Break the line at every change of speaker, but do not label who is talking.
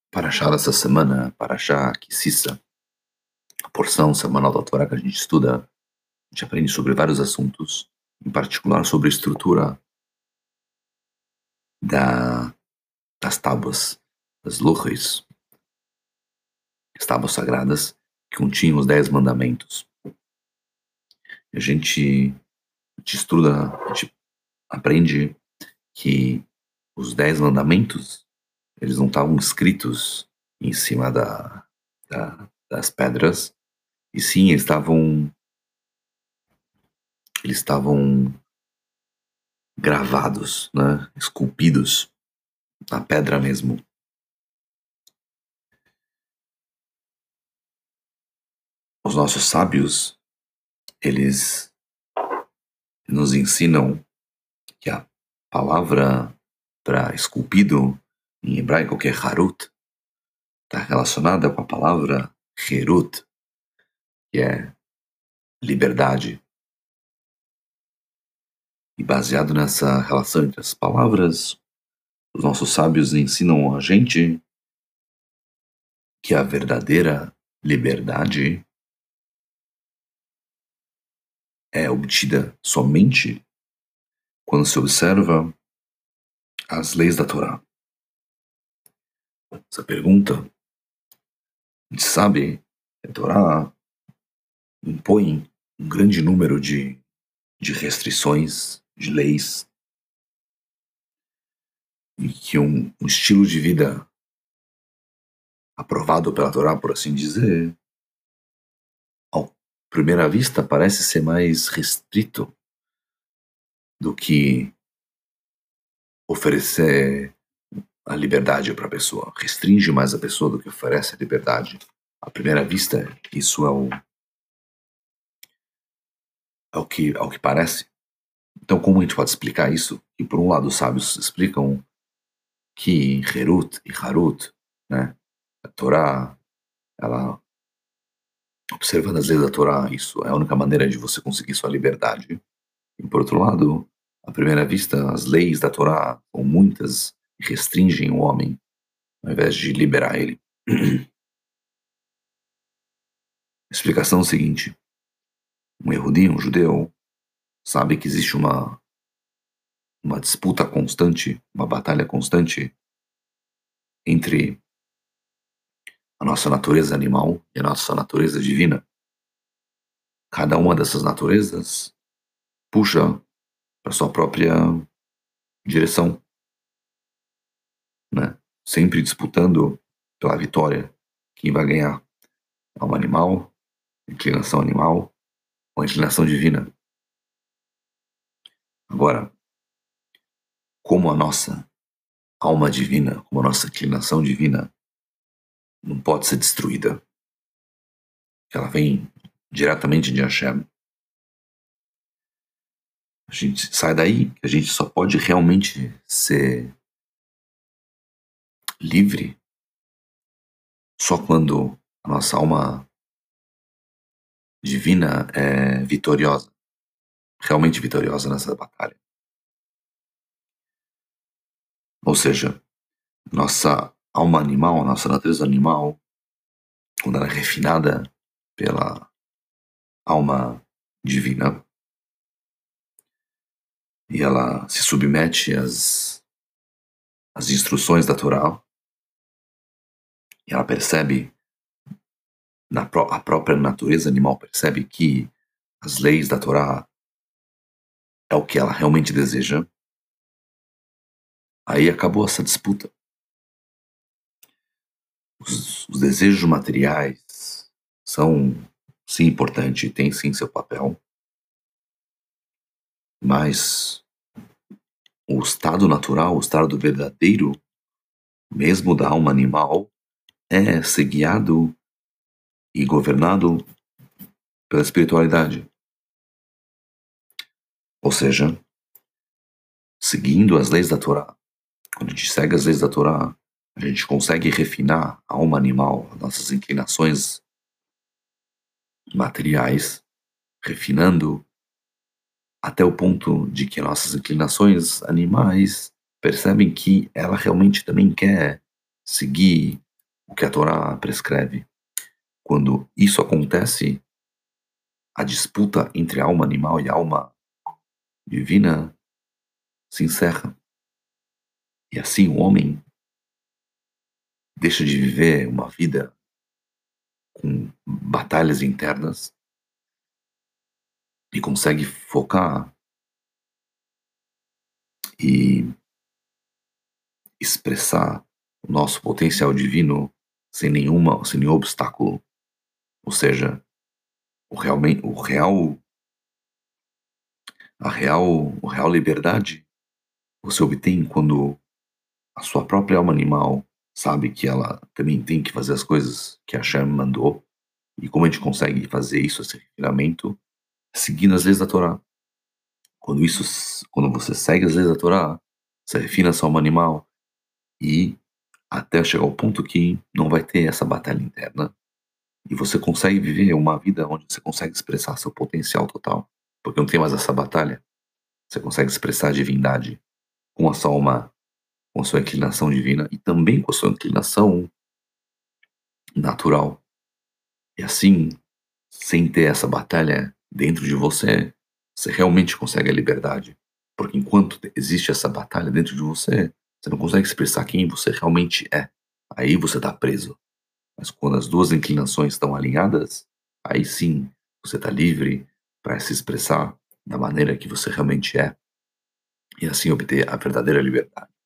Parashá dessa semana, Parashá Kisissa, a porção semanal da Torá que a gente estuda, a gente aprende sobre vários assuntos, em particular sobre a estrutura das tábuas, das luchos, as tábuas sagradas, que continham os 10 mandamentos. E a gente estuda, a gente aprende que os 10 mandamentos, eles não estavam escritos em cima das pedras, e sim, eles estavam gravados, né, esculpidos na pedra mesmo. Os nossos sábios, eles nos ensinam que a palavra para esculpido em hebraico, que é harut, está relacionada com a palavra herut, que é liberdade. E baseado nessa relação entre as palavras, os nossos sábios ensinam a gente que a verdadeira liberdade é obtida somente quando se observa as leis da Torá. Essa pergunta, a gente sabe que a Torá impõe um grande número de restrições, de leis, e que um estilo de vida aprovado pela Torá, por assim dizer, à primeira vista parece ser mais restrito do que oferecer a liberdade para a pessoa. Restringe mais a pessoa do que oferece a liberdade. À primeira vista, isso é o que parece. Então, como a gente pode explicar isso? E por um lado, os sábios explicam que Herut e Harut, né, a Torá, ela, observando as leis da Torá, isso é a única maneira de você conseguir sua liberdade. E por outro lado, à primeira vista, as leis da Torá são muitas e restringem o homem, ao invés de liberar ele. A explicação é o seguinte: um Yehudi, um judeu, sabe que existe uma disputa constante, uma batalha constante entre a nossa natureza animal e a nossa natureza divina. Cada uma dessas naturezas puxa para sua própria direção, né? Sempre disputando pela vitória. Quem vai ganhar? Alma animal, inclinação animal ou inclinação divina? Agora, como a nossa alma divina, como a nossa inclinação divina não pode ser destruída, ela vem diretamente de Hashem, a gente sai daí que a gente só pode realmente ser livre só quando a nossa alma divina é vitoriosa, realmente vitoriosa nessa batalha. Ou seja, nossa alma animal, nossa natureza animal, quando ela é refinada pela alma divina e ela se submete às instruções da Torá, e ela percebe, a própria natureza animal percebe que as leis da Torá é o que ela realmente deseja, aí acabou essa disputa. Os desejos materiais são, sim, importantes, têm sim seu papel, mas o estado natural, o estado verdadeiro, mesmo da alma animal, é ser guiado e governado pela espiritualidade. Ou seja, seguindo as leis da Torá. Quando a gente segue as leis da Torá, a gente consegue refinar a alma animal, as nossas inclinações materiais, refinando até o ponto de que nossas inclinações animais percebem que ela realmente também quer seguir o que a Torá prescreve. Quando isso acontece, a disputa entre a alma animal e a alma divina se encerra. E assim o homem deixa de viver uma vida com batalhas internas e consegue focar e expressar o nosso potencial divino sem nenhum obstáculo. Ou seja, o real, o real liberdade você obtém quando a sua própria alma animal sabe que ela também tem que fazer as coisas que a Hashem mandou. E como a gente consegue fazer isso, esse refinamento, seguindo as leis da Torá. Quando você segue as leis da Torá, você refina sua alma animal e até chegar ao ponto que não vai ter essa batalha interna e você consegue viver uma vida onde você consegue expressar seu potencial total, porque não tem mais essa batalha. Você consegue expressar a divindade com a sua alma, com a sua inclinação divina e também com a sua inclinação natural. E assim, sem ter essa batalha dentro de você, você realmente consegue a liberdade. Porque enquanto existe essa batalha dentro de você, você não consegue expressar quem você realmente é. Aí você está preso. Mas quando as duas inclinações estão alinhadas, aí sim você está livre para se expressar da maneira que você realmente é e assim obter a verdadeira liberdade.